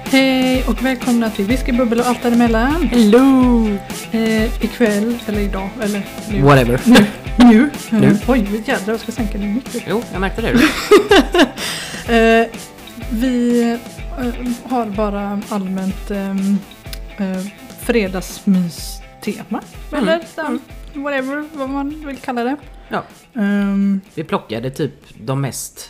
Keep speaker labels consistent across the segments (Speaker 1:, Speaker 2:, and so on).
Speaker 1: Hej och välkomna till Whiskybubbel och allt däremellan.
Speaker 2: Hello!
Speaker 1: Ikväll, eller idag, eller nu.
Speaker 2: Whatever.
Speaker 1: Nu.
Speaker 2: Nu.
Speaker 1: Jädrar, jag ska sänka din mick.
Speaker 2: Jo, jag märkte det.
Speaker 1: Vi har bara allmänt fredagsmystema. Eller whatever, vad man vill kalla det.
Speaker 2: Ja. Vi plockade typ de mest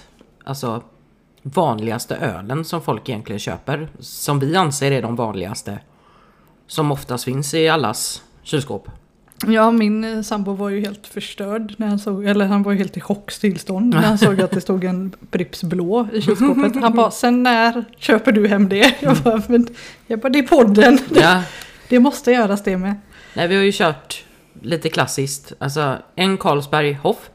Speaker 2: vanligaste ölen som folk egentligen köper. Som vi anser är de vanligaste. Som oftast finns i allas kylskåp.
Speaker 1: Ja, min sambo var ju helt förstörd när han såg, eller han var ju helt i chockstillstånd när han såg att det stod en Pripps blå i kylskåpet. Han bara, sen när köper du hem det? Jag bara, det är podden.
Speaker 2: Ja.
Speaker 1: Det måste göras det med.
Speaker 2: Nej, vi har ju kört lite klassiskt. Alltså en Carlsberg Hoff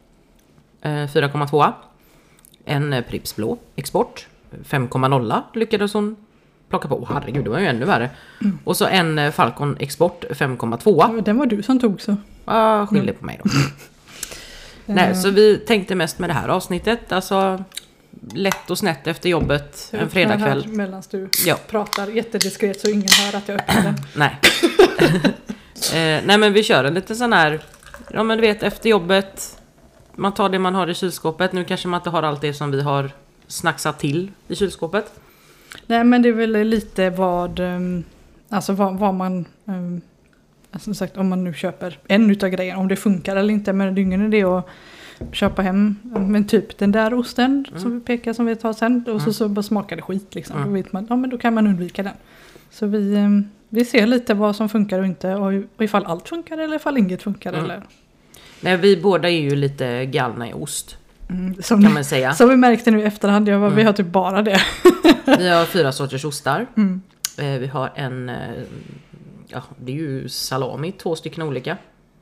Speaker 2: 4,2. En Pripps blå export 5,0 lyckades hon plocka på. Herregud, det var ju ännu värre. Och så en Falcon export 5,2.
Speaker 1: Den var du som tog så.
Speaker 2: Skiljer på mig då. Nej, så vi tänkte mest med det här avsnittet. Alltså lätt och snett efter jobbet en fredagkväll.
Speaker 1: Medan du pratar jättediskret så ingen hör att jag öppnar den.
Speaker 2: Nej. Nej, men vi kör en lite sån här. Ja, men du vet, efter jobbet. Man tar det man har i kylskåpet. Nu kanske man inte har allt det som vi har snacksat till i kylskåpet.
Speaker 1: Nej, men det är väl lite vad man som sagt, om man nu köper en utav grejer, om det funkar eller inte, men det är ingen idé att köpa hem, men typ den där osten som vi pekar, som vi tar sen, och så bara smakar det skit liksom. Då vet man, men då kan man undvika den. Så vi ser lite vad som funkar och inte, och ifall allt funkar eller ifall inget funkar eller.
Speaker 2: Nej, vi båda är ju lite galna i ost.
Speaker 1: Som
Speaker 2: kan man säga.
Speaker 1: Som vi märkte nu i efterhand, vi har typ bara det.
Speaker 2: Vi har 4 sorters ostar. Vi har en, det är ju salami, 2 stycken olika.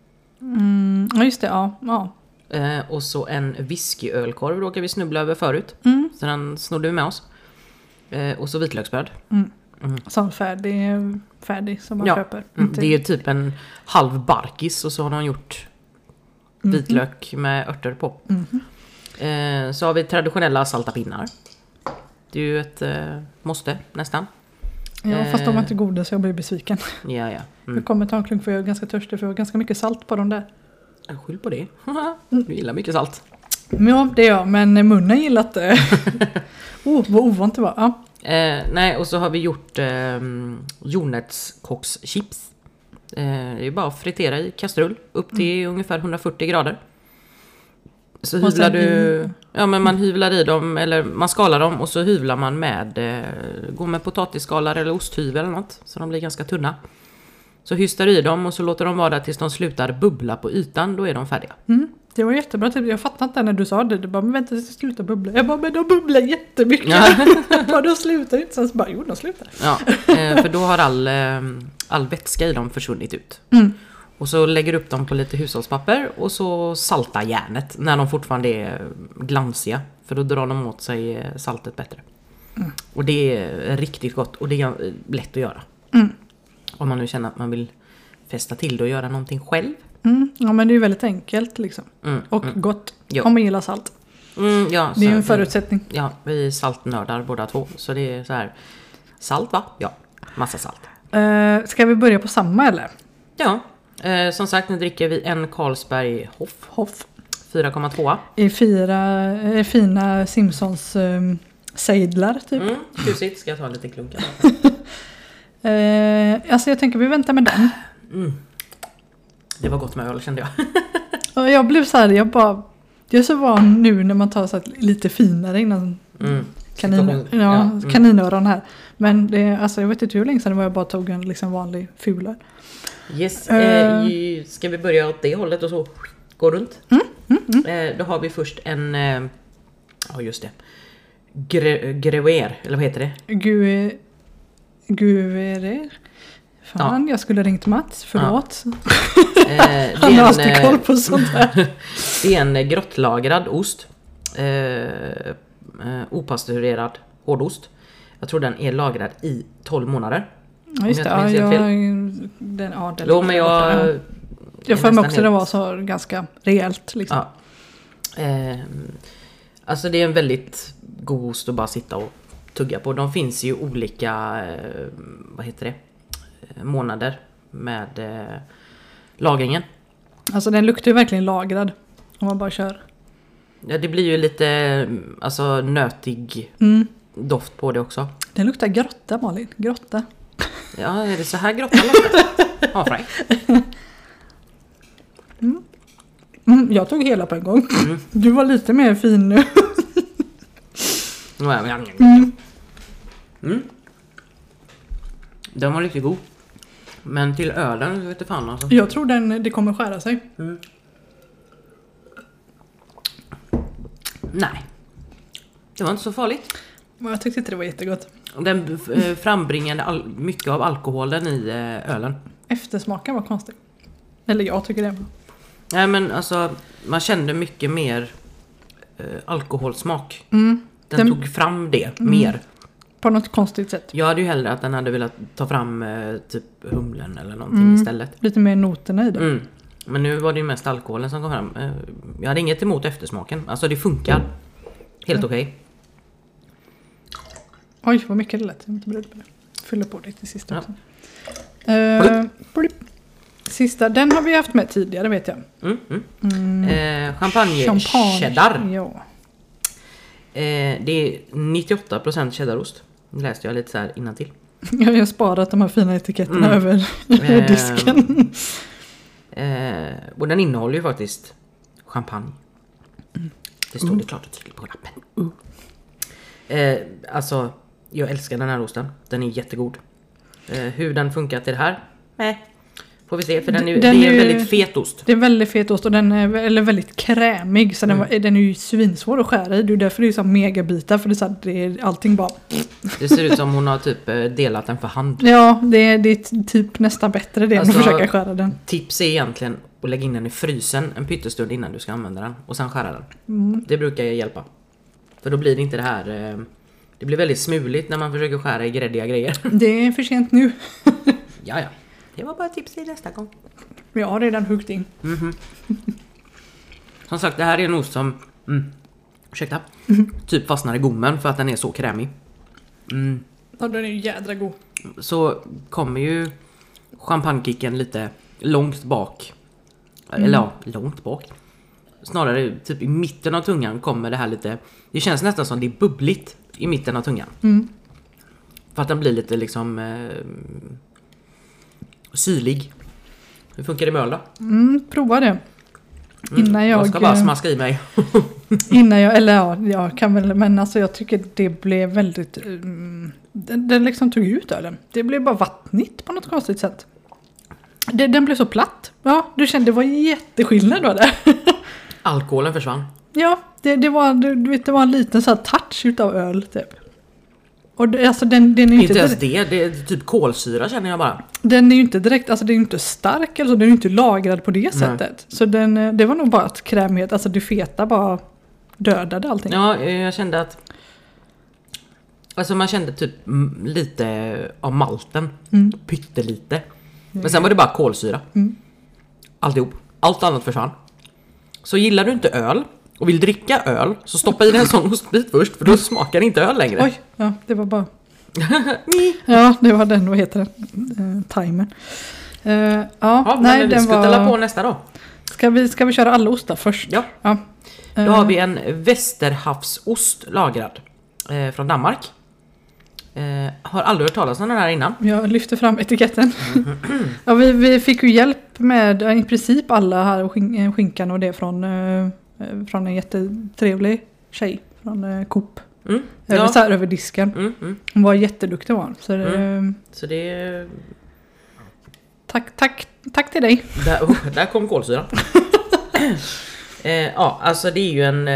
Speaker 1: Ja, just det, ja.
Speaker 2: Och så en whiskyölkorv råkar vi snubbla över förut. Så den snodde vi med oss. Och så vitlöksbröd.
Speaker 1: Som färdig som man köper.
Speaker 2: Det är typ en halv barkis och så har de gjort vitlök med örter på. Så har vi traditionella salta pinnar. Det är ju ett måste nästan.
Speaker 1: Ja, fast de var inte goda så jag blir besviken.
Speaker 2: Ja.
Speaker 1: Jag kommer ta en klunk för jag är ganska törstig för jag har ganska mycket salt på dem där.
Speaker 2: Jag skyll på det. Du gillar mycket salt.
Speaker 1: Ja, det är jag, men munnen gillar inte. Vad ovant det var. Ja.
Speaker 2: Nej, och så har vi gjort jordnötskockschips. Det är bara att fritera i kastrull upp till ungefär 140 grader. Så hyvlar du... Ja, men man hyvlar i dem, eller man skalar dem och så hyvlar man med... Går med potatisskalar eller osthyvel eller något. Så de blir ganska tunna. Så hystar i dem och så låter de vara tills de slutar bubbla på ytan. Då är de färdiga.
Speaker 1: Det var jättebra. Jag fattade inte när du sa det. Du bara, men vänta, det ska sluta bubbla. Jag bara, men de bubblar jättemycket. Ja. De slutar inte. Sen så bara, jo, de slutar.
Speaker 2: Ja, för då har all vätska i dem försvunnit ut. Och så lägger upp dem på lite hushållspapper och så saltar järnet när de fortfarande är glansiga. För då drar de åt sig saltet bättre. Och det är riktigt gott och det är lätt att göra. Om man nu känner att man vill fästa till det och göra någonting själv.
Speaker 1: Ja, men det är ju väldigt enkelt liksom. Och gott. Om man gillar salt.
Speaker 2: Ja,
Speaker 1: det är ju en förutsättning.
Speaker 2: Ja, vi är saltnördar båda två. Så det är så här. Salt, va? Ja, massa salt.
Speaker 1: Ska vi börja på samma eller?
Speaker 2: Ja. Som sagt, nu dricker vi en Carlsberg Hoff 4,2.
Speaker 1: I 4 fina Simpsons sejdlar typ.
Speaker 2: Tjusigt, ska jag ta en liten klunk?
Speaker 1: Alltså jag tänker vi väntar med den.
Speaker 2: Det var gott med öl, kände jag.
Speaker 1: Och jag blev så här, jag är så van nu när man tar så här lite finare innan kaninöron här. Men det, alltså jag vet inte hur länge sedan det var jag bara tog en liksom vanlig fulare.
Speaker 2: Yes, ska vi börja åt det hållet och så gå runt? Då har vi först en, just det, Gruyère, eller vad heter det? Gruyère. Fan, jag skulle ringt Mats, förlåt. Han har alltid koll på sånt här. Det är en grottlagrad ost. Opastöriserad hårdost. Jag tror den är lagrad i 12 månader.
Speaker 1: Ja, just det. Jag får mig också det var så ganska rejält liksom.
Speaker 2: Ja. Alltså det är en väldigt god ost att bara sitta och tugga på. De finns ju olika, månader med lagringen.
Speaker 1: Alltså den luktar ju verkligen lagrad. Om man bara kör.
Speaker 2: Ja, det blir ju lite alltså nötig doft på det också.
Speaker 1: Den luktar grotta, Malin. Grotta.
Speaker 2: Ja, är det så här grotta luktar? Ja, fräck.
Speaker 1: Jag tog hela på en gång. Du var lite mer fin nu.
Speaker 2: Den var riktigt god. Men till ölen vet du fan alltså.
Speaker 1: Jag tror det kommer skära sig.
Speaker 2: Nej. Det var inte så farligt.
Speaker 1: Men jag tyckte inte det var jättegott.
Speaker 2: Den frambringade mycket av alkoholen i ölen.
Speaker 1: Eftersmaken var konstig. Eller jag tycker det.
Speaker 2: Nej men alltså man kände mycket mer alkoholsmak. Den tog fram det mer.
Speaker 1: På något konstigt sätt.
Speaker 2: Jag hade ju hellre att den hade velat ta fram typ humlen eller någonting istället.
Speaker 1: Lite mer noterna i det.
Speaker 2: Men nu var det ju mest alkoholen som kom fram. Jag hade inget emot eftersmaken. Alltså det funkar. Helt okej.
Speaker 1: Oj, vad mycket det lät. Jag är inte beredd på det. Fyller på det till sista också. Sista, den har vi haft med tidigare vet jag.
Speaker 2: Champagne cheddar.
Speaker 1: Ja.
Speaker 2: Det är 98% cheddarost. Det läste jag lite så här innantill.
Speaker 1: Jag har sparat de här fina etiketterna över disken.
Speaker 2: Och den innehåller ju faktiskt champagne. Det står det klart och tydligt på lappen. Alltså, jag älskar den här osten. Den är jättegod. Hur den funkar till det här? Får vi se, för det är en väldigt fet ost.
Speaker 1: Det är väldigt fet ost och den är väldigt krämig. Så den är ju svinsvår att skära i. Det är därför det är så megabitar. För det är så här, allting bara...
Speaker 2: Det ser ut som hon har typ delat den för hand.
Speaker 1: Ja, det är typ nästan bättre det än att försöka skära den.
Speaker 2: Tips är egentligen att lägga in den i frysen en pyttestund innan du ska använda den. Och sen skära den. Det brukar hjälpa. För då blir det inte det här... Det blir väldigt smuligt när man försöker skära i gräddiga grejer.
Speaker 1: Det är för sent nu.
Speaker 2: Ja. Det var bara tips i nästa gång.
Speaker 1: Jag har redan huggt in.
Speaker 2: Som sagt, det här är en ost som... typ fastnar i gommen för att den är så krämig.
Speaker 1: Ja, den är ju jädra god.
Speaker 2: Så kommer ju champagnekicken lite långt bak. Eller ja, långt bak. Snarare typ i mitten av tungan kommer det här lite... Det känns nästan som det är bubbligt i mitten av tungan. För att den blir lite liksom... syrlig. Hur funkar det med öl då?
Speaker 1: Prova det. Innan
Speaker 2: jag ska bara smaska i mig.
Speaker 1: Innan jag kan väl, men alltså jag tycker det blev väldigt den liksom tog ut ölen. Det blev bara vattnigt på något konstigt sätt. Den blev så platt. Ja, du kände det var jätteskillnad då där.
Speaker 2: Alkoholen försvann.
Speaker 1: Ja, det var en liten så här touch utav öl typ. Och alltså den är
Speaker 2: inte ens det är typ kolsyra känner jag bara.
Speaker 1: Den är ju inte direkt, alltså den är ju inte stark eller så, den är ju inte lagrad på det sättet. Så det var nog bara att krämighet, alltså det feta bara dödade allting.
Speaker 2: Ja, jag kände att alltså man kände typ lite av malten, pyttelite. Men sen var det bara kolsyra. Alltihop, allt annat försvann. Så gillar du inte öl och vill dricka öl, så stoppa i en sån ostbit först, för då smakar inte öl längre.
Speaker 1: Oj, ja, det var bara... Ja, det var den, vad heter det? Timern.
Speaker 2: Nej, vi ska ställa på nästa då.
Speaker 1: Ska vi köra alla ostar först?
Speaker 2: Ja. Då har vi en Västerhavsost lagrad från Danmark. Har aldrig hört talas om den här innan.
Speaker 1: Jag lyfter fram etiketten. Ja, vi fick ju hjälp med i princip alla här skinkan och det från en jättetrevlig tjej från Coop. Så här över disken. Hon var jätteduktig var. Så det Tack till dig.
Speaker 2: Där kom kolsyran. Alltså det är ju en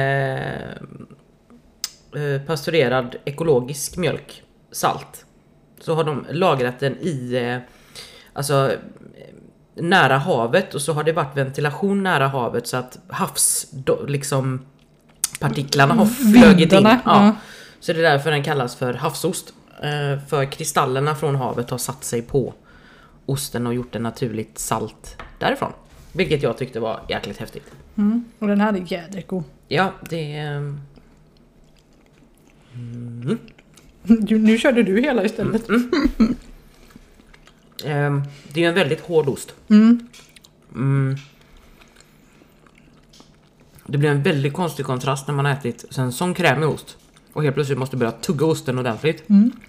Speaker 2: pasturerad ekologisk mjölk. Salt. Så har de lagrat den i nära havet, och så har det varit ventilation nära havet så att liksom partiklarna har flugit in. Ja. Så det är därför den kallas för havsost. För kristallerna från havet har satt sig på osten och gjort en naturligt salt därifrån. Vilket jag tyckte var jäkligt häftigt.
Speaker 1: Och den här är jädrigt god.
Speaker 2: Ja, det är...
Speaker 1: Nu körde du hela istället.
Speaker 2: Det är en väldigt hård ost. Det blir en väldigt konstig kontrast när man har ätit en sån krämig ost. Och helt plötsligt måste börja tugga osten ordentligt.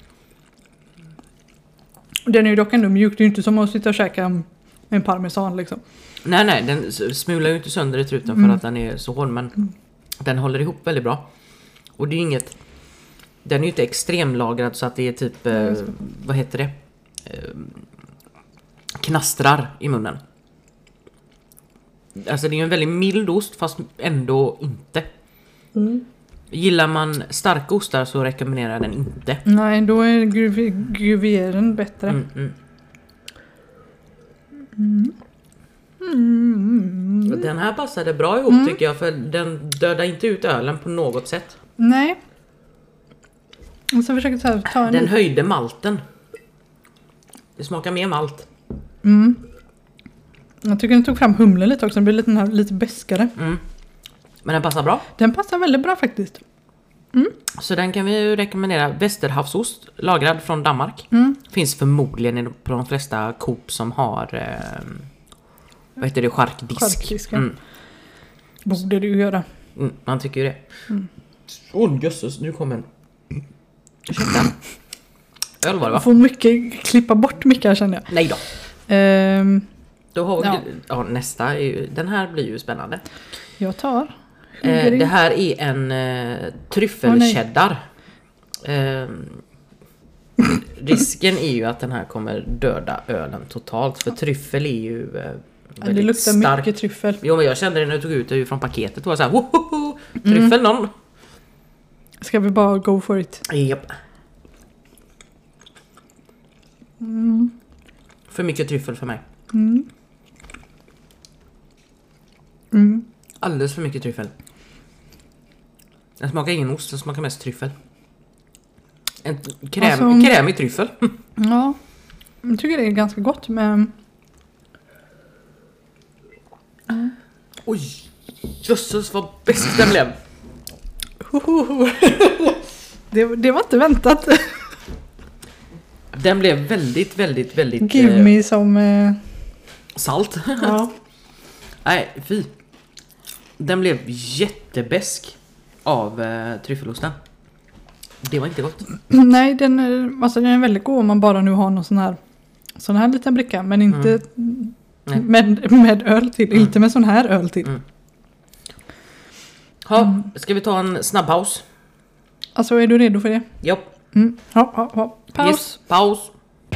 Speaker 1: Den är ju dock ändå mjuk. Det är ju inte som att sitta och käka en parmesan liksom.
Speaker 2: Nej, den smular ju inte sönder i truten för att den är så hård. Men den håller ihop väldigt bra. Och det är inget... Den är ju inte extremlagrad så att det är typ... vad heter det? Knastrar i munnen. Alltså det är ju en väldigt mild ost fast ändå inte. Gillar man starka ostar så rekommenderar jag den inte.
Speaker 1: Nej, då är Gruyeren bättre.
Speaker 2: Den här passade bra ihop tycker jag, för den dödar inte ut ölen på något sätt.
Speaker 1: Nej. Och så försöker jag ta en...
Speaker 2: Den höjde malten. Det smakar mer malt.
Speaker 1: Jag tycker den tog fram humlen lite också. Den blir lite beskare.
Speaker 2: Men den passar bra.
Speaker 1: Den passar väldigt bra faktiskt.
Speaker 2: Så den kan vi ju rekommendera. Västerhavsost, lagrad från Danmark. Finns förmodligen på de flesta Coop som har vad heter det, charkdisk.
Speaker 1: Borde du göra.
Speaker 2: Man tycker ju det. Jösses, nu kommer en. Ursäkta. Öl var det, va?
Speaker 1: Får mycket klippa bort mycket här, känner jag.
Speaker 2: Nej då. Då har vi nästa är ju, den här blir ju spännande.
Speaker 1: Jag tar.
Speaker 2: Det här är en tryffelcheddar. Risken är ju att den här kommer döda ölen totalt. För tryffel är ju
Speaker 1: det luktar
Speaker 2: stark.
Speaker 1: Mycket tryffel.
Speaker 2: Jo, men jag kände det när jag tog ut det från paketet. Det var så här, wohoho, tryffel någon.
Speaker 1: Ska vi bara go for it?
Speaker 2: Japp. För mycket tryffel för mig. Alldeles för mycket tryffel. Den smakar ingen ost, den smakar mest tryffel. En krämig tryffel.
Speaker 1: Ja, jag tycker det är ganska gott med...
Speaker 2: Oj, jösses vad bäst den blev.
Speaker 1: Det var inte väntat.
Speaker 2: Den blev väldigt...
Speaker 1: Give me som...
Speaker 2: Salt.
Speaker 1: Ja.
Speaker 2: Nej, fy. Den blev jättebäsk av tryffelosten. Det var inte gott.
Speaker 1: Nej, den är väldigt god om man bara nu har någon sån här liten bricka. Men inte med öl till. Inte med sån här öl till.
Speaker 2: Ska vi ta en snabb paus?
Speaker 1: Alltså, är du redo för det?
Speaker 2: Ja.
Speaker 1: Ja. Paus.
Speaker 2: Yes, paus.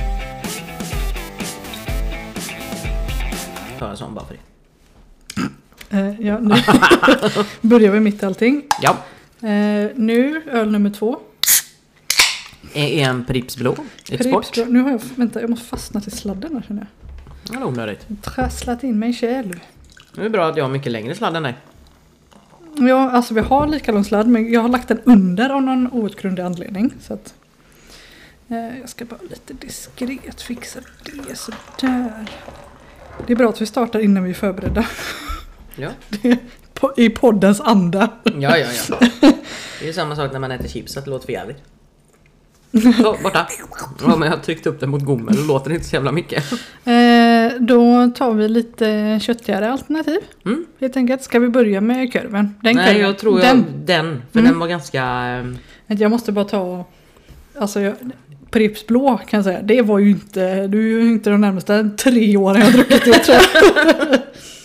Speaker 2: Ta en sån bara för det.
Speaker 1: Ja, nu börjar vi mitt i allting.
Speaker 2: Ja.
Speaker 1: Nu, öl nummer 2.
Speaker 2: Är en Pripps Blå export.
Speaker 1: Nu har jag måste fastna till sladden här, känner jag.
Speaker 2: Ja, det är onödigt.
Speaker 1: Trasslat in mig själv.
Speaker 2: Det är bra att jag har mycket längre sladd än dig.
Speaker 1: Ja, alltså vi har lika lång sladd, men jag har lagt den under av någon outgrundlig anledning. Så att jag ska bara lite diskret fixa det så där. Det är bra att vi startar innan vi är förberedda.
Speaker 2: Ja.
Speaker 1: I poddens anda.
Speaker 2: Ja. Det är ju samma sak när man äter chips, att det låter för jävligt. Så, borta. Ja, men jag har tryckt upp den mot gommen och låter inte så jävla mycket.
Speaker 1: Då tar vi lite köttigare alternativ. Helt enkelt. Ska vi börja med kurven?
Speaker 2: Jag tror den. För den var ganska...
Speaker 1: Jag måste bara ta... Alltså, Pripps Blå kan jag säga. Det var ju inte... Du är ju inte de närmaste 3 åren jag har druckit det, tror jag.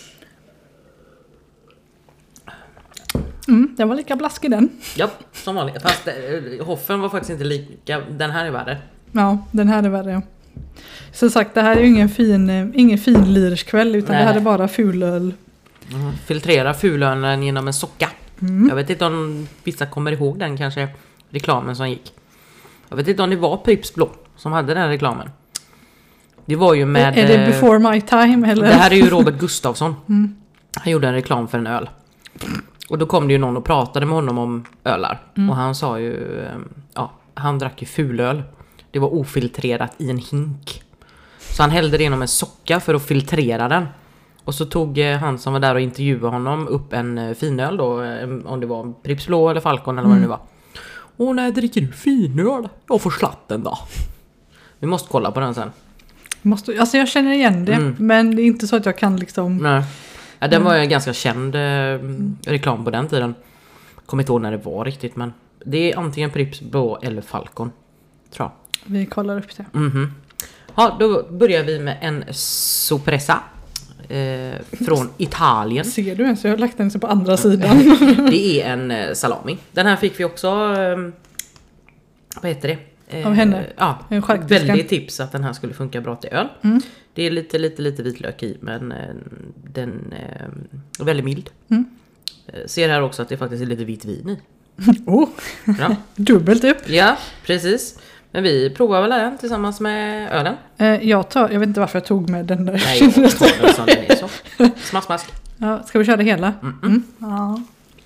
Speaker 1: Den var lika blaskig den.
Speaker 2: Ja, som vanligt. Fast Hoffen var faktiskt inte lika... Den här är värre.
Speaker 1: Ja, den här är värre, ja. Som sagt, det här är ju ingen fin lirskväll, utan det här är bara fulöl.
Speaker 2: Filtrera fulölen genom en socka. Jag vet inte om vissa kommer ihåg den kanske, reklamen som gick. Jag vet inte om det var Pripps Blå som hade den reklamen. Det var ju med...
Speaker 1: Är det Before My Time? Eller?
Speaker 2: Det här är ju Robert Gustafsson. Han gjorde en reklam för en öl. Och då kom det ju någon och pratade med honom om ölar. Och han sa ju... han drack ju fulöl. Det var ofiltrerat i en hink. Så han hällde det genom en socka för att filtrera den. Och så tog han som var där och intervjuade honom upp en finöl då. Om det var Pripps Blå eller Falcon eller vad det nu var. Nej, dricker du finöl? Jag får slatten då. Vi måste kolla på den sen.
Speaker 1: Alltså jag känner igen det, men det är inte så att jag kan liksom...
Speaker 2: Nej. Ja, den var ju en ganska känd reklam på den tiden. Kommer inte ihåg när det var riktigt, men det är antingen Pripps Blå eller Falcon, tror jag.
Speaker 1: Vi kollar upp det.
Speaker 2: Ja, då börjar vi med en Sorpresa från Italien.
Speaker 1: Ser du ens? Jag har lagt den så på andra sidan.
Speaker 2: Det är en salami. Den här fick vi också, vad heter det?
Speaker 1: Av henne?
Speaker 2: Ja,
Speaker 1: En charkdisken.
Speaker 2: väldigt tips att den här skulle funka bra till öl. Det är lite vitlök i, men den är väldigt mild. Ser här också att det faktiskt är lite vitt vin i. Ja.
Speaker 1: Dubbelt upp.
Speaker 2: Ja, precis. Men vi provar väl den tillsammans med ölen.
Speaker 1: Jag vet inte varför jag tog med den där.
Speaker 2: Nej, jag tar den som den är så. Smask.
Speaker 1: Ja, ska vi köra det hela? Ja.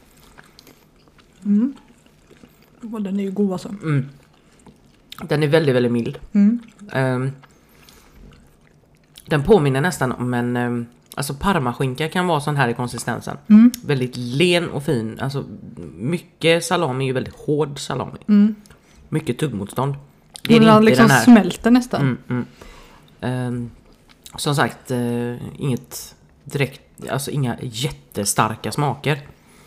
Speaker 1: Den är ju god alltså.
Speaker 2: Den är väldigt, väldigt mild. Den påminner nästan om en... Alltså parmaskinka kan vara sån här i konsistensen. Väldigt len och fin. Alltså mycket salami är ju väldigt hård salami. Mycket tuggmotstånd. Det är
Speaker 1: den liksom
Speaker 2: den här.
Speaker 1: Smälter nästan.
Speaker 2: Som sagt, inget direkt... Alltså inga jättestarka smaker.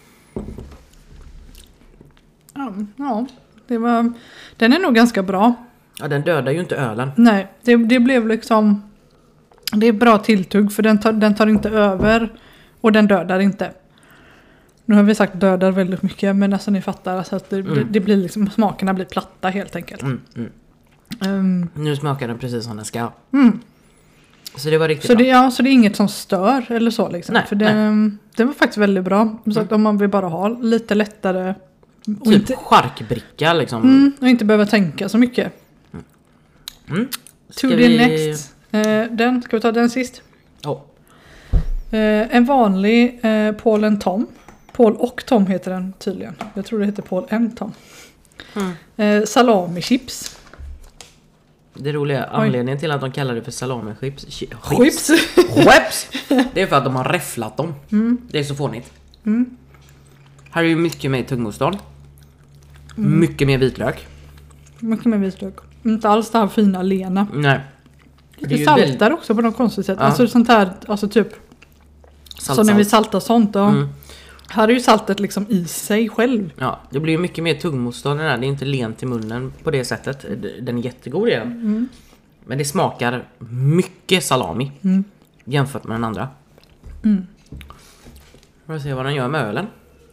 Speaker 1: Ja, den är nog ganska bra.
Speaker 2: Ja, den dödar ju inte ölen.
Speaker 1: Nej, det blev liksom... Det är bra tilltugg för den tar inte över och den dödar inte. Nu har vi sagt dödar väldigt mycket, men alltså ni fattar alltså att det blir liksom, smakerna blir platta helt enkelt.
Speaker 2: Nu smakar den precis som den ska. Så det var riktigt
Speaker 1: så
Speaker 2: bra.
Speaker 1: Så det är inget som stör eller så liksom.
Speaker 2: Nej,
Speaker 1: för det var faktiskt väldigt bra. Så att om man vill bara ha lite lättare
Speaker 2: typ charkbricka liksom.
Speaker 1: och inte behöva tänka så mycket. To the next. Ska vi ta den sist? En vanlig Paul and Tom. Paul och Tom heter den tydligen. Jag tror det heter Paul and Tom. Salami-chips.
Speaker 2: Det roliga anledningen till att de kallar det för salami-chips.
Speaker 1: Chips?
Speaker 2: Det är för att de har räfflat dem. Det är så fånigt. Här är ju mycket mer tuggmotstånd. Mycket mer vitlök.
Speaker 1: Mycket mer vitlök. Inte alls det här fina lena.
Speaker 2: Nej.
Speaker 1: Det saltar också på något konstigt sätt.
Speaker 2: Ja.
Speaker 1: Alltså sånt här, alltså typ så när vi saltar sånt då. Här är ju saltet liksom i sig själv.
Speaker 2: Ja, det blir ju mycket mer tuggmotstånd där. Det är inte lent i munnen på det sättet. Den är jättegod igen. Men det smakar mycket salami jämfört med den andra. Vi får se vad den gör med ölen.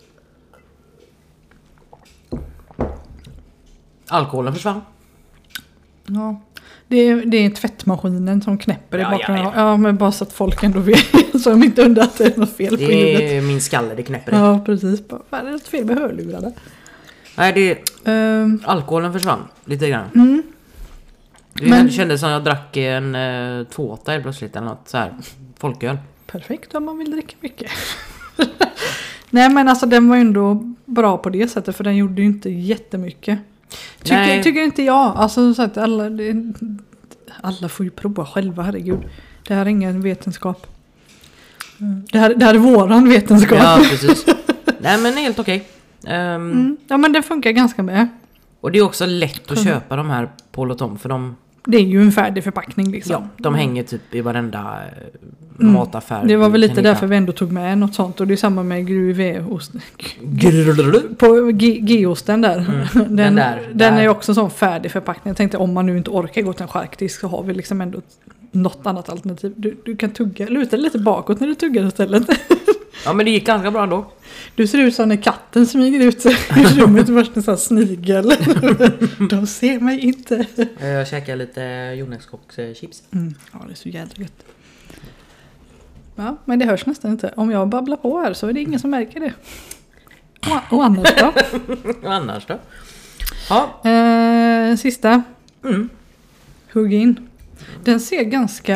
Speaker 2: Alkoholen försvann.
Speaker 1: Ja. Det är tvättmaskinen som knäpper i bakgrunden.
Speaker 2: Ja.
Speaker 1: Men bara så att folk ändå vet. Så de inte undrar att det är något fel på ljudet.
Speaker 2: Det är min skalle, det knäpper det.
Speaker 1: Ja, precis. Vad är det något fel med hörlurarna?
Speaker 2: Nej, alkoholen försvann lite grann. Det kändes som jag drack en 2-8 helt plötsligt eller något så här folköl.
Speaker 1: Perfekt om man vill dricka mycket. Nej, men alltså den var ju ändå bra på det sättet. För den gjorde ju inte jättemycket. Tycker inte jag. Alltså så att alla får ju prova själva, herregud. Det här är ingen vetenskap. Det här är våran vetenskap.
Speaker 2: Ja, precis. Nej, men helt okej.
Speaker 1: Ja, men det funkar ganska med.
Speaker 2: Och det är också lätt att köpa de här Paul och Tom för
Speaker 1: det är ju en färdig förpackning liksom.
Speaker 2: Ja, de hänger typ i varenda mataffär.
Speaker 1: Det var väl lite därför vi ändå tog med något sånt. Och det är samma med Gruyère-osten. På G-osten där. Den är ju också en sån färdig förpackning. Jag tänkte om man nu inte orkar gå till en charkdisk så har vi liksom ändå något annat alternativ. Du kan luta lite bakåt när du tuggar istället.
Speaker 2: Ja, men det gick ganska bra då.
Speaker 1: Du ser ut som när katten smyger ut i rummet. Värst en sån snigel. De ser mig inte.
Speaker 2: Jag käkar lite jordnötskockschips.
Speaker 1: Ja, det är så jävla gött. Ja, men det hörs nästan inte. Om jag babblar på här så är det ingen som märker det. Och annars då?
Speaker 2: Och annars då? Ja.
Speaker 1: Sista. Hugg in. Den ser ganska...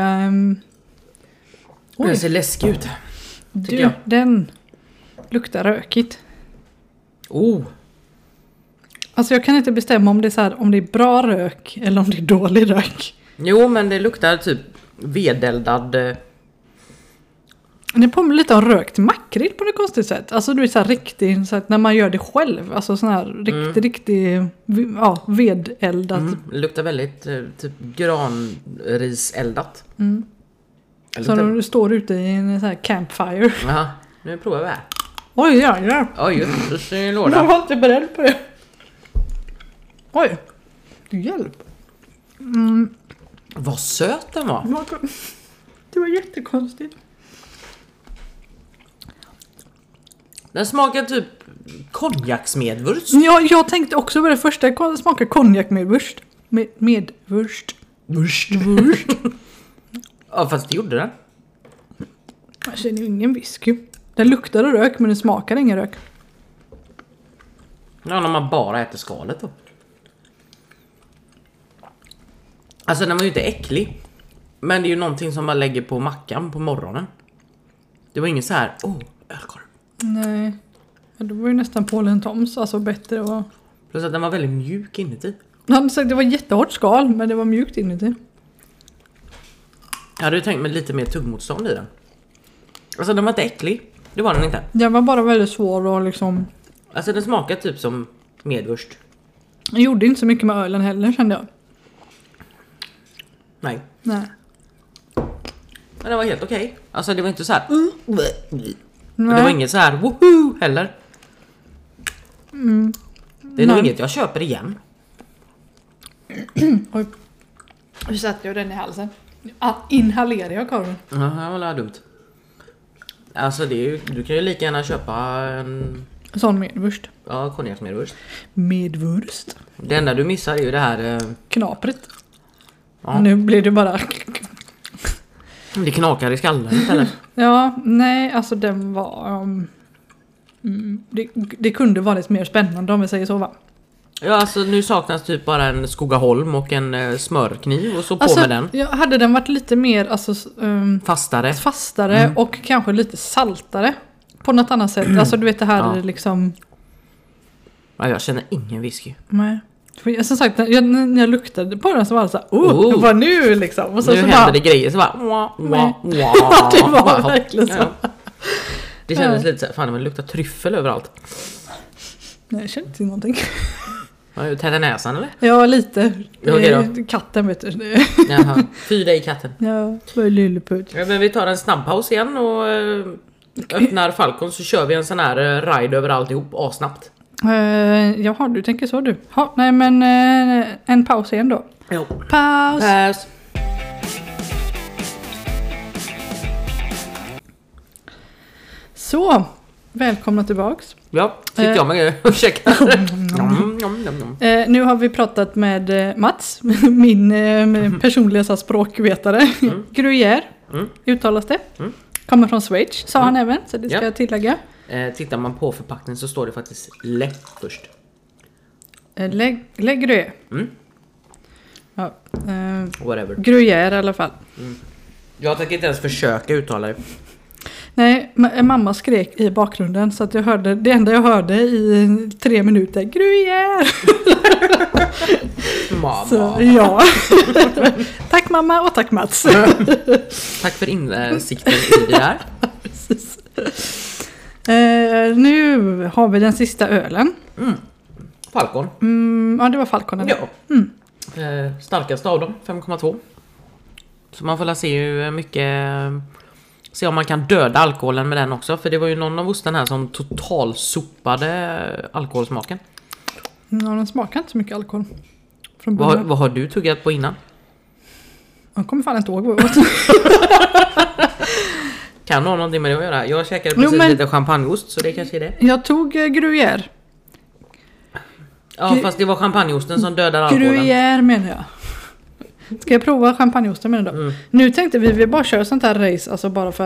Speaker 2: Den ser läskig ut.
Speaker 1: Den luktar rökigt. Alltså jag kan inte bestämma om det är så här, om det är bra rök eller om det är dålig rök.
Speaker 2: Jo, men det luktar typ vedeldad
Speaker 1: Det påminner lite om rökt makrill på något konstigt sätt. Alltså du är så här riktigt, så att när man gör det själv. Alltså sån här riktig vedeldat.
Speaker 2: Det luktar väldigt typ granriseldat.
Speaker 1: Så när du står ute i en sån här campfire.
Speaker 2: Ja, nu provar vi här.
Speaker 1: Oj, ja.
Speaker 2: Oj, just det, en
Speaker 1: Jag
Speaker 2: låda.
Speaker 1: var inte beredd på det. Oj, hjälp.
Speaker 2: Vad söt den var.
Speaker 1: Det var jättekonstigt.
Speaker 2: Den smakar typ konjaksmedvurst.
Speaker 1: Ja, jag tänkte också på det första. Det smakar konjakmedvurst. Medvurst. Vurst.
Speaker 2: Ja, fast det gjorde den.
Speaker 1: Jag känner ju ingen whisky. Den luktar rök, men den smakar ingen rök.
Speaker 2: Ja, när man bara äter skalet då. Alltså den var ju inte äcklig. Men det är ju någonting som man lägger på mackan på morgonen. Det var ingen så här, ölkorv.
Speaker 1: Nej. Det var ju nästan Paul & Toms, alltså bättre. Och...
Speaker 2: Plus att den var väldigt mjuk inuti.
Speaker 1: Han hade sagt att det var jättehårt skal, men det var mjukt inuti.
Speaker 2: Jag hade ju tänkt mig lite mer tuggmotstånd i den. Alltså den var inte äcklig. Det var den inte.
Speaker 1: Den var bara väldigt svår och liksom...
Speaker 2: Alltså den smakar typ som medvurst.
Speaker 1: Jag gjorde inte så mycket med ölen heller, kände jag.
Speaker 2: Nej.
Speaker 1: Nej.
Speaker 2: Men det var helt okej. Alltså det var inte så här.
Speaker 1: Nej.
Speaker 2: Men det var inget så här woho heller. Det är nog inget jag köper igen.
Speaker 1: Oj. Nu satte jag den i halsen. Inhalerar jag korven?
Speaker 2: Ja, det var dumt. Alltså det är ju, du kan ju lika gärna köpa en...
Speaker 1: Sån medvurst.
Speaker 2: Ja, konjaksmedvurst.
Speaker 1: Medvurst.
Speaker 2: Det enda du missar är ju det här...
Speaker 1: Knapret.
Speaker 2: Ja.
Speaker 1: Nu blir det bara...
Speaker 2: Det knakar i skallen, eller?
Speaker 1: Ja, nej, alltså den var... det kunde varit mer spännande om vi säger så, va?
Speaker 2: Ja, alltså nu saknas typ bara en Skogaholm och en smörkniv och så på
Speaker 1: Alltså,
Speaker 2: med den.
Speaker 1: ja, hade den varit lite mer alltså, fastare och kanske lite saltare på något annat sätt. Alltså du vet det här liksom...
Speaker 2: Ja, jag känner ingen whisky.
Speaker 1: Nej. För, som sagt, när jag luktade på den så var det så här, vad nu liksom? Och så,
Speaker 2: nu
Speaker 1: så
Speaker 2: händer
Speaker 1: bara,
Speaker 2: det grejer så bara...
Speaker 1: det var verkligen så.
Speaker 2: Ja. Det kändes lite så här, fan det luktar tryffel överallt.
Speaker 1: Nej, jag kände inte någonting.
Speaker 2: Har du tänt näsan eller?
Speaker 1: Ja, lite.
Speaker 2: Okej då.
Speaker 1: Katten vet du.
Speaker 2: Jaha, fyr dig katten.
Speaker 1: Ja, vad är lilleputt.
Speaker 2: Ja, men vi tar en snabbpaus igen och öppnar Falcon så kör vi en sån här ride över alltihop asnabbt.
Speaker 1: Jaha, du tänker så du. Ja, nej men en paus igen då.
Speaker 2: Jo.
Speaker 1: Paus. Så, välkomna tillbaks.
Speaker 2: Ja, sitter jag med och käkar.
Speaker 1: Nu har vi pratat med Mats, min personliga så här, språkvetare. Gruyère, uttalas det. Kommer från Schweiz, sa han även, så det ska jag tillägga.
Speaker 2: Tittar man på förpackningen så står det faktiskt Le först.
Speaker 1: Le Gruyère. Ja,
Speaker 2: Whatever.
Speaker 1: Gruyère i alla fall.
Speaker 2: Jag tänker inte ens försöka uttala det.
Speaker 1: Nej, mamma skrek i bakgrunden så att jag hörde, det enda jag hörde i 3 minuter, Gruyère!
Speaker 2: Mamma.
Speaker 1: Så, ja. Tack mamma och tack Mats.
Speaker 2: Tack för insikten i det här.
Speaker 1: Precis. Nu har vi den sista ölen.
Speaker 2: Falcon.
Speaker 1: Ja, det var Falconen.
Speaker 2: Ja. Starkaste av dem, 5,2. Så man får se hur mycket... Se om man kan döda alkoholen med den också. För det var ju någon av osten här som total sopade alkoholsmaken.
Speaker 1: Ja, den smakar inte så mycket alkohol. Från
Speaker 2: vad har du tuggat på innan?
Speaker 1: Jag kommer fan inte ihåg vad det var.
Speaker 2: Kan ha någonting med det att göra. Jag käkade precis lite champagneost så det kanske är det.
Speaker 1: Jag tog Gruyère.
Speaker 2: Ja, fast det var champagneosten som dödade alkoholen.
Speaker 1: Gruyère menar jag. Ska jag prova champagneosten med den då? Nu tänkte vi bara köra sånt här race, alltså bara för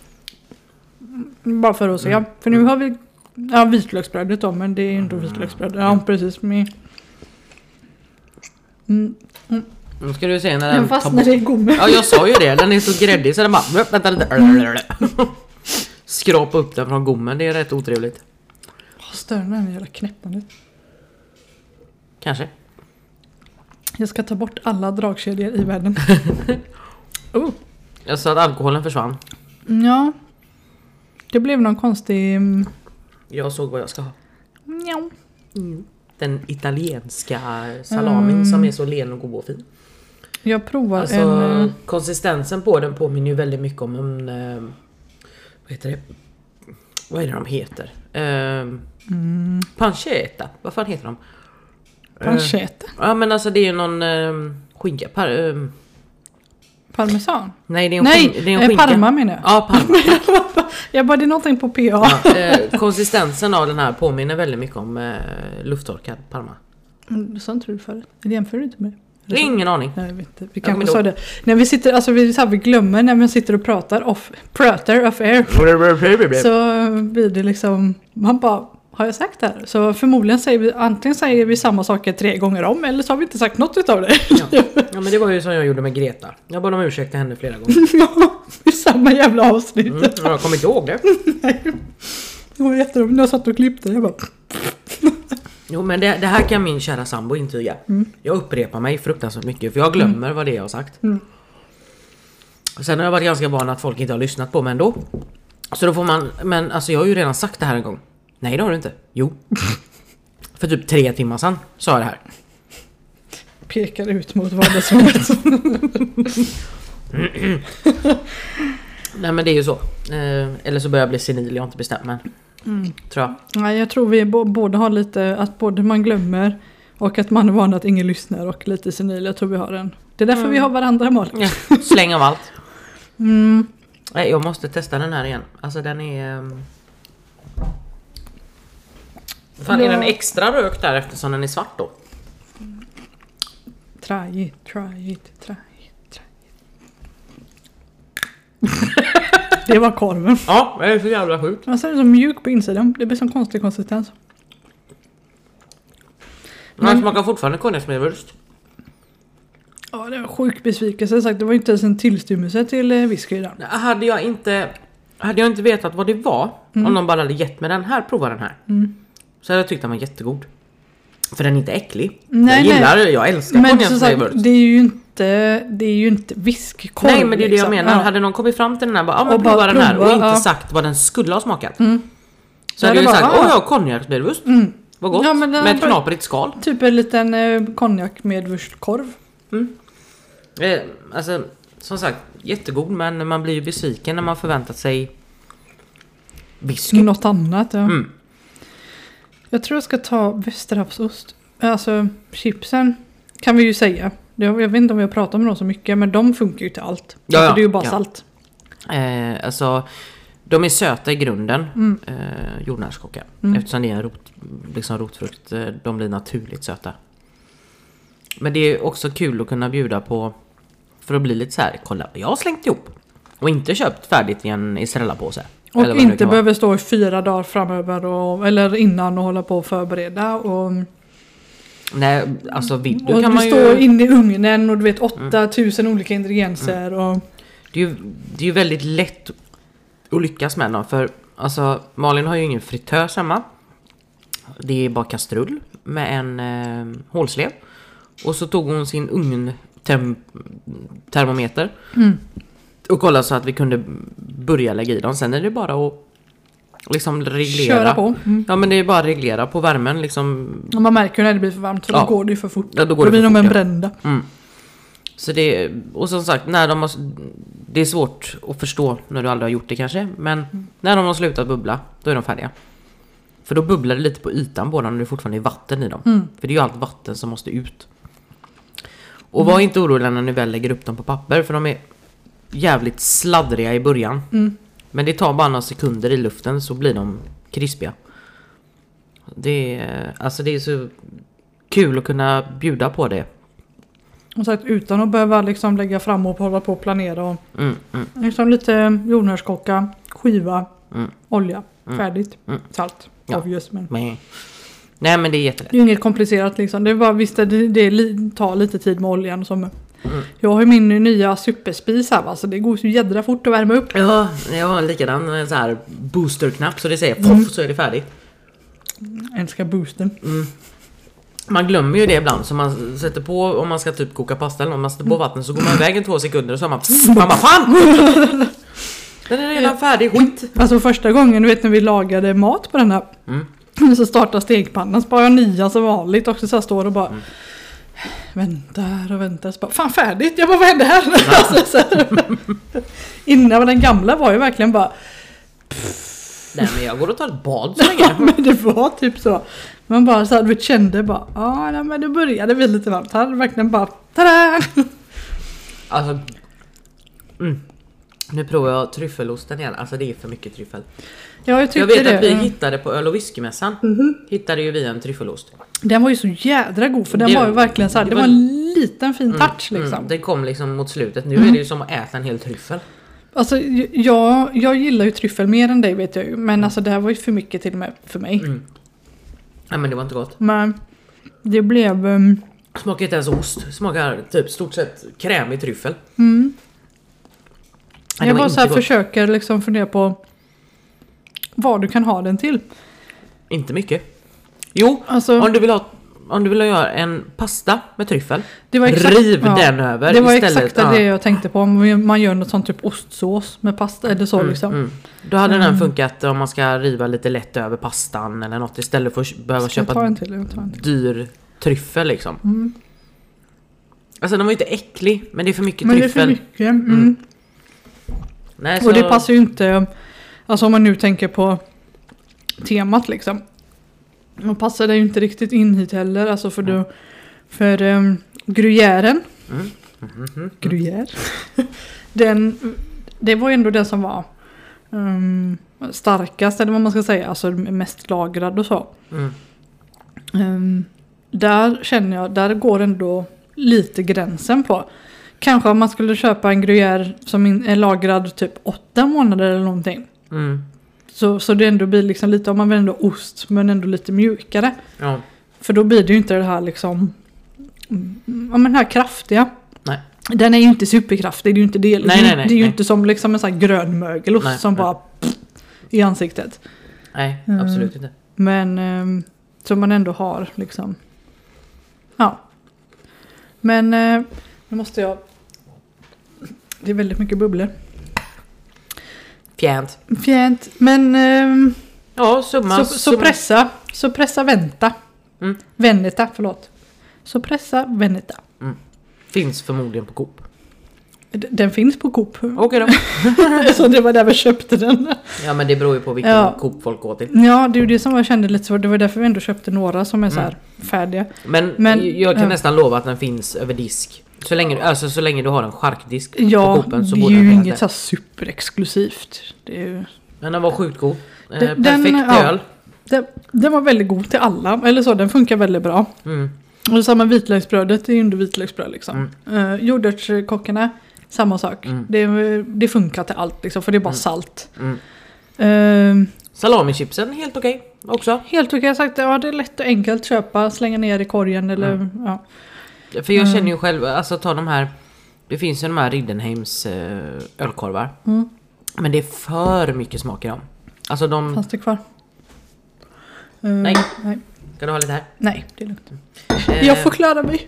Speaker 1: att se. För nu har vi vitlöksbrödet då, men det är inte vitlöksbröd. Ja, precis.
Speaker 2: Nu ska du se när
Speaker 1: den fastnar i gommen.
Speaker 2: Ja, jag sa ju det. Den är så gräddig så den bara... Vänta lite. Skrapa upp den från gommen. Det är rätt otrevligt.
Speaker 1: Stör den jävla knäppandet.
Speaker 2: Kanske.
Speaker 1: Jag ska ta bort alla dragkedjor i världen.
Speaker 2: Jag sa att alkoholen försvann.
Speaker 1: Ja. Det blev någon konstig...
Speaker 2: Jag såg vad jag ska ha.
Speaker 1: Ja.
Speaker 2: Den italienska salamin som är så len och god och fin.
Speaker 1: Jag provar
Speaker 2: alltså, konsistensen på den påminner ju väldigt mycket om en... vad heter det? Vad är det de heter? Pancetta. Vad fan heter de?
Speaker 1: Pancetta?
Speaker 2: Ja, men alltså det är ju någon skinka.
Speaker 1: Parmesan?
Speaker 2: Nej, det är en skinka.
Speaker 1: Parma menar jag.
Speaker 2: Ja, Parma.
Speaker 1: Jag bara, det är någonting på PA.
Speaker 2: Ja, konsistensen av den här påminner väldigt mycket om lufttorkad Parma.
Speaker 1: Sånt tror du förut. Det jämför du inte med.
Speaker 2: Det är ingen aning.
Speaker 1: Nej, jag vet inte. Vi kanske sa det. När vi sitter, alltså vi glömmer när man sitter och pratar off air. Så blir det liksom, man bara, har jag sagt det här? Så förmodligen säger vi samma saker 3 gånger om, eller så har vi inte sagt något utav det.
Speaker 2: Ja, men det var ju som jag gjorde med Greta. Jag bad om ursäkt till henne flera gånger.
Speaker 1: Ja, i samma jävla avsnitt.
Speaker 2: Jag kommer inte ihåg det.
Speaker 1: Nej, det var jätteroligt. Jag satt och klippte, jag bara...
Speaker 2: Jo, men det här kan min kära sambo intyga. Jag upprepar mig fruktansvärt mycket, för jag glömmer vad det är jag har sagt. Sen har jag varit ganska van att folk inte har lyssnat på mig ändå. Så då får man, men alltså jag har ju redan sagt det här en gång. Nej, det har du inte. Jo. För typ 3 timmar sedan sa jag det här.
Speaker 1: Pekar ut mot vardagsrummet.
Speaker 2: Nej, men det är ju så. Eller så börjar jag bli senil, jag har inte bestämt mig. Tror jag.
Speaker 1: Nej, jag tror vi båda har lite, att både man glömmer och att man är van att ingen lyssnar och lite senil. Jag tror vi har en. Det är därför vi har varandra, Malin.
Speaker 2: Ja, släng av allt. Nej, jag måste testa den här igen. Alltså den är... Fan, är den extra rök där eftersom den är svart då?
Speaker 1: Try it. Det var korven.
Speaker 2: Ja, det är så jävla sjukt.
Speaker 1: Alltså det är så mjuk på insidan. Det blir sån konstig konsistens.
Speaker 2: Men smakar fortfarande konjaksmedvurst.
Speaker 1: Ja, det var sjuk besvikelse. Sagt, det var inte ens en tillstymmelse till whisky där.
Speaker 2: Hade jag inte vetat vad det var, om de bara hade gett mig den här, prova den här. Så hade jag tyckt den var jättegod. För den är inte äcklig. Jag älskar konjaksmedvurst.
Speaker 1: Det är ju inte whiskkorv.
Speaker 2: Nej, men det är det jag menar.
Speaker 1: Ja.
Speaker 2: Hade någon kommit fram till den här bara, prova den här och inte sagt vad den skulle ha smakat. Så hade jag sagt, jag har konjaksmedvurst. Vad gott. Ja, med ett knaprigt skal.
Speaker 1: Typ en liten konjakmedvurstkorv.
Speaker 2: Alltså, som sagt, jättegod, men man blir ju besviken när man förväntat sig whisky.
Speaker 1: Något annat, ja. Jag tror jag ska ta västerhavsost. Alltså, chipsen kan vi ju säga. Jag vet inte om vi har pratat med dem så mycket, men de funkar ju till allt. Ja, alltså, det är ju bara salt.
Speaker 2: Alltså, de är söta i grunden, jordnötskoka. Eftersom det är en rotfrukt, de blir naturligt söta. Men det är också kul att kunna bjuda på, för att bli lite så här, kolla, jag har slängt ihop. Och inte köpt färdigt i en Estrella-påse.
Speaker 1: Och inte behöver stå i 4 dagar framöver eller innan och hålla på och förbereda. Och,
Speaker 2: nej, alltså du
Speaker 1: kan man ju... stå inne i ugnen och du vet 8000 olika ingredienser. Och... Det
Speaker 2: är ju väldigt lätt att lyckas med dem. För alltså, Malin har ju ingen fritös hemma. Det är bara kastrull med en hålslev. Och så tog hon sin ugn-termometer. Och kollade så att vi kunde börja lägga i dem. Sen är det bara att liksom reglera.
Speaker 1: Köra på.
Speaker 2: Ja, men det är bara att reglera på värmen. Liksom.
Speaker 1: Och man märker när det blir för varmt, för då går det ju för fort.
Speaker 2: Ja, då
Speaker 1: blir de en brända.
Speaker 2: Så det, och som sagt, det är svårt att förstå när du aldrig har gjort det kanske. Men när de har slutat bubbla, då är de färdiga. För då bubblar det lite på ytan båda när det fortfarande är vatten i dem. För det är ju allt vatten som måste ut. Och var inte oroliga när ni väl lägger upp dem på papper, för de är jävligt sladdriga i början. Men det tar bara några sekunder i luften så blir de krispiga. Det är så kul att kunna bjuda på det.
Speaker 1: Och sagt, utan att behöva liksom lägga fram och hålla på och planera. Och liksom lite jordnötskocka, skiva, olja, färdigt, salt.
Speaker 2: Ja.
Speaker 1: Obvious, men.
Speaker 2: Nej, men det är jättelätt.
Speaker 1: Det är inget komplicerat liksom. Det är bara visst det tar lite tid med oljan som. Jag har ju min nya superspis här, va? Så det går så jädra fort att värma upp.
Speaker 2: Ja, jag har en likadan så här boosterknapp så det säger poff så är det färdigt.
Speaker 1: Älskar boosten.
Speaker 2: Man glömmer ju det ibland, så man sätter på, om man ska typ koka pasta eller om man sätter på vatten så går man iväg 2 sekunder och så man bara fan! Den är redan färdig, skit.
Speaker 1: Alltså första gången, du vet när vi lagade mat på den här. Så startar stegpannan, så bara jag 9 som vanligt. Och så står och bara väntar. Så bara, fan färdigt, jag bara vad hände här? Alltså, innan den gamla var ju verkligen bara
Speaker 2: nej men jag går och tar ett bad så länge.
Speaker 1: men det var typ så. Man bara så här, du kände bara nej, men det började bli lite varmt här. Verkligen bara tada!
Speaker 2: Alltså nu provar jag tryffelosten igen. Alltså det är för mycket tryffel.
Speaker 1: Ja,
Speaker 2: jag vet att vi hittade på öl- och whiskymässan. Hittade ju vi en tryffelost. Den
Speaker 1: var ju så jädra god. För den var ju verkligen så här. Det var en liten fin touch liksom.
Speaker 2: Den kom liksom mot slutet. Nu är det ju som att äta en hel tryffel.
Speaker 1: Alltså jag gillar ju tryffel mer än dig vet jag ju. Men alltså det här var ju för mycket till och med för mig.
Speaker 2: Nej men det var inte gott.
Speaker 1: Men det blev
Speaker 2: smakar inte ens ost. Smakar typ stort sett krämig tryffel.
Speaker 1: Jag bara så här försöker liksom fundera på vad du kan ha den till.
Speaker 2: Inte mycket. Jo, alltså, om du vill göra en pasta med tryffel, riv den över.
Speaker 1: Det var istället, exakt det jag tänkte på. Om man gör något sånt typ ostsås med pasta eller så liksom.
Speaker 2: Då hade den funkat om man ska riva lite lätt över pastan eller något istället för att behöva köpa dyr tryffel liksom. Alltså den var ju inte äcklig, men det är för mycket tryffel.
Speaker 1: Men det är för mycket. Nej, så... Och det passar ju inte, alltså om man nu tänker på temat liksom. Och passar det ju inte riktigt in hit heller. Alltså för gruyären. Gruyère. Det var ju ändå den som var starkast, eller vad man ska säga. Alltså mest lagrad och så. Där känner jag, där går ändå lite gränsen på. Kanske om man skulle köpa en gruyère som är lagrad typ 8 månader eller någonting. Så det ändå blir liksom lite, om man vill ändå ost men ändå lite mjukare. Ja. För då blir det ju inte det här liksom men den här kraftiga. Nej. Den är ju inte superkraftig, det är ju inte det. Nej, det är ju inte som liksom en sån här grön mögelost som bara i ansiktet.
Speaker 2: Nej, absolut inte.
Speaker 1: Men som man ändå har liksom. Ja. Men nu måste jag. Det är väldigt mycket bubblor. Fjänt. Men
Speaker 2: ja,
Speaker 1: så pressa vänta. Veneta, förlåt. Så pressa veneta.
Speaker 2: Finns förmodligen på Coop.
Speaker 1: Den finns på Coop.
Speaker 2: Okej då.
Speaker 1: Så det var där vi köpte den.
Speaker 2: Ja, men det beror ju på vilken Coop folk går till.
Speaker 1: Ja, det är ju det som jag kände lite så. Det var därför vi ändå köpte några som är så här färdiga.
Speaker 2: Men jag kan nästan lova att den finns över disk. Så länge du har en charkdisk på Coopen så borde den finnas.
Speaker 1: Det är ju inget så superexklusivt. Det är ju...
Speaker 2: Men den var sjukt god. Perfekt öl.
Speaker 1: Den var väldigt god till alla. Eller så, den funkar väldigt bra. Och det samma vitlöksbrödet är ju ändå vitlöksbröd liksom. Jordärtskockarna, samma sak. Det funkar till allt liksom, för det är bara salt.
Speaker 2: Salamichipsen, helt okej också.
Speaker 1: Helt okej, jag sagt. Ja, det är lätt och enkelt köpa, slänga ner i korgen eller ja.
Speaker 2: För jag känner ju själv, alltså ta de här, det finns ju de här Riddenheims ölkorvar. Men det är för mycket smak i dem. Alltså de...
Speaker 1: Fanns det kvar?
Speaker 2: Nej. Ska du ha lite här?
Speaker 1: Nej, det är lugnt. Jag får klara mig.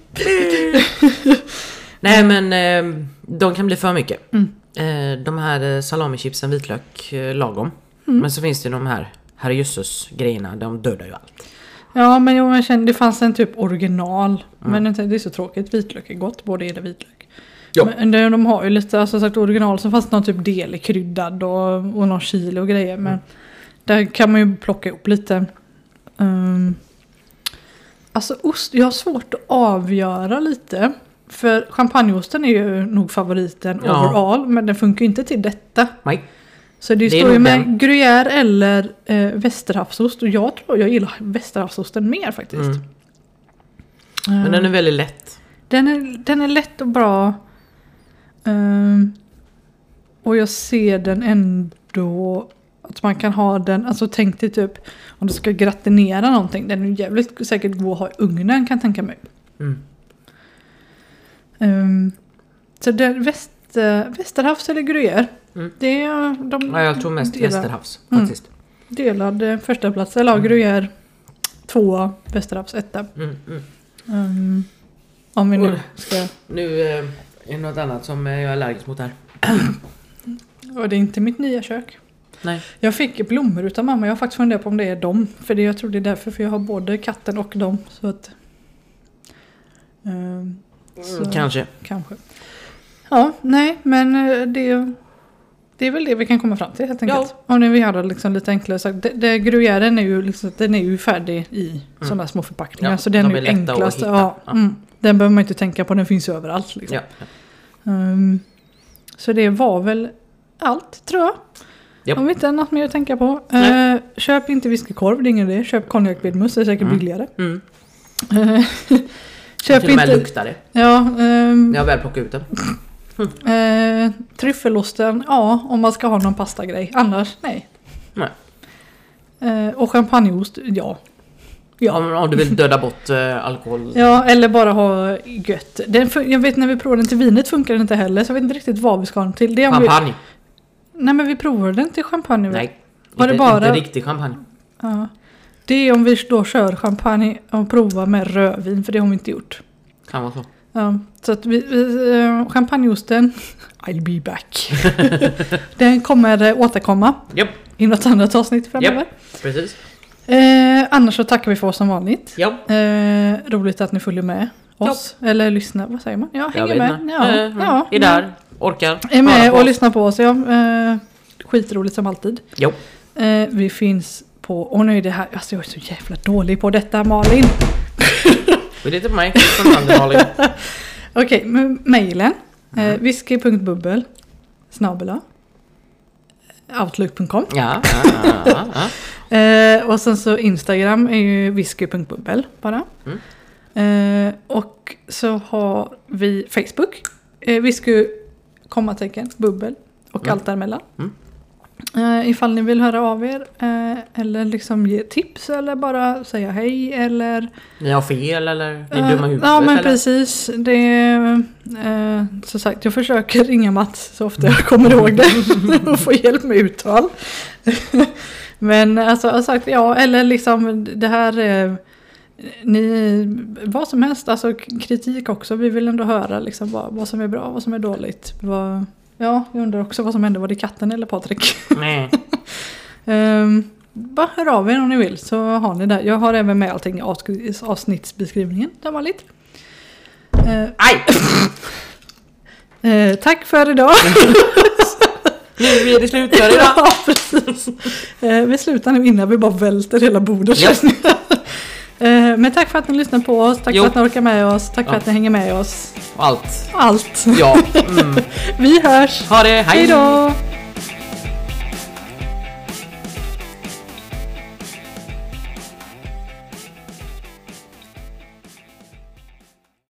Speaker 2: Nej, men de kan bli för mycket. De här salamichipsen, vitlök, lagom. Men så finns det de här herrejösses grejerna, de dödar ju allt.
Speaker 1: Ja, men jag kände det fanns en typ original. Men det är så tråkigt, vitlök är gott, både är det vitlök. Ja. Men de har ju lite, alltså sagt original, så fanns det någon typ del kryddad och någon chili och grejer. Men där kan man ju plocka upp lite. Alltså ost, jag har svårt att avgöra lite. För champagneosten är ju nog favoriten overall, men den funkar ju inte till detta. Nej. Så det står ju med gruyère eller västerhavsost. Och jag tror jag gillar västerhavsosten mer faktiskt.
Speaker 2: Men den är väldigt lätt.
Speaker 1: Den är lätt och bra. Och jag ser den ändå att man kan ha den, alltså tänk dig typ om du ska gratinera någonting, den är ju jävligt säkert god att ha i ugnen, kan jag tänka mig. Så det västerhavs eller gruyère. Det är
Speaker 2: jag tror mest västerhavs faktiskt.
Speaker 1: Delad första plats eller gruyère 2, västerhavs 1. Om vi nu ska...
Speaker 2: Nu är något annat som jag är allergisk mot här.
Speaker 1: Och det är inte mitt nya kök.
Speaker 2: Nej.
Speaker 1: Jag fick blommor utav mamma. Jag har faktiskt funderat på om det är dem. För jag tror det är därför. För jag har både katten och dem. Så att...
Speaker 2: Kanske.
Speaker 1: Ja, nej. Men det är väl det vi kan komma fram till helt enkelt. Om vi hade liksom lite enklare sagt. Gruyèren är ju liksom, den är ju färdig i sådana små förpackningar.
Speaker 2: Ja,
Speaker 1: så den
Speaker 2: de
Speaker 1: är ju
Speaker 2: är lätta
Speaker 1: enklast.
Speaker 2: att hitta.
Speaker 1: Den behöver man inte tänka på. Den finns ju överallt. Liksom. Så det var väl allt, tror jag.
Speaker 2: Yep.
Speaker 1: Om vi inte har något mer att tänka på. Köp inte whiskykorv, det är ingen det. Köp konjakbedmus, det är säkert billigare. Köp
Speaker 2: till och med luktar det.
Speaker 1: Ja.
Speaker 2: Jag har väl plockat ut den.
Speaker 1: Tryffelosten, om man ska ha någon pastagrej. Annars, nej.
Speaker 2: Nej.
Speaker 1: Och champagneost, ja.
Speaker 2: Om du vill döda bort alkohol.
Speaker 1: Ja, eller bara ha gött. Jag vet när vi provade den till vinet funkar den inte heller. Så jag vet inte riktigt vad vi ska ha den till. Det är
Speaker 2: Champagne.
Speaker 1: Nej, men vi provade den till champagne.
Speaker 2: Nej,
Speaker 1: var
Speaker 2: inte,
Speaker 1: det bara...
Speaker 2: inte riktig champagne.
Speaker 1: Ja. Det är om vi då kör champagne och provar med rödvin. För det har vi inte gjort.
Speaker 2: Kan vara så.
Speaker 1: Ja, så att champagneosten I'll be back. Den kommer återkomma i något annat avsnitt framöver.
Speaker 2: Precis.
Speaker 1: Annars så tackar vi för oss som vanligt.
Speaker 2: Roligt
Speaker 1: att ni följer med oss. Eller lyssnar, vad säger man? Ja, hänger med.
Speaker 2: Är där, orkar.
Speaker 1: Är med och lyssnar på oss. Skitroligt som alltid. Vi finns på, och nu är det här, alltså jag är så jävla dålig på detta, Malin.
Speaker 2: Det är lite på mig.
Speaker 1: Okej, mejlen. whisky.bubbel @outlook.com. Och sen så Instagram är ju whisky.bubbel bara. Och så har vi Facebook. Whisky, bubbel och allt däremellan. Ifall ni vill höra av er eller liksom ge tips eller bara säga hej eller...
Speaker 2: Ni har fel eller ni är dumma huvudet?
Speaker 1: Ja, men
Speaker 2: eller?
Speaker 1: precis. Det är, så sagt, jag försöker ringa Mats så ofta jag kommer ihåg det och få hjälp med uttal. Men alltså, jag har sagt eller liksom det här... vad som helst, alltså kritik också. Vi vill ändå höra liksom vad som är bra, vad som är dåligt. Jag undrar också vad som hände. Var det katten eller Patrik?
Speaker 2: Nej.
Speaker 1: Bara hör av er om ni vill så har ni det. Jag har även med allting i avsnittsbeskrivningen. Det var lite. Tack för idag.
Speaker 2: Nu är det slut för idag.
Speaker 1: Ja, precis. Vi slutar nu innan vi bara välter hela bordet. Men tack för att ni lyssnar på oss. Tack för att ni orkar med oss. Tack för att ni hänger med oss.
Speaker 2: Allt.
Speaker 1: Allt.
Speaker 2: Ja.
Speaker 1: Vi hörs.
Speaker 2: Ha det. Hej
Speaker 1: då.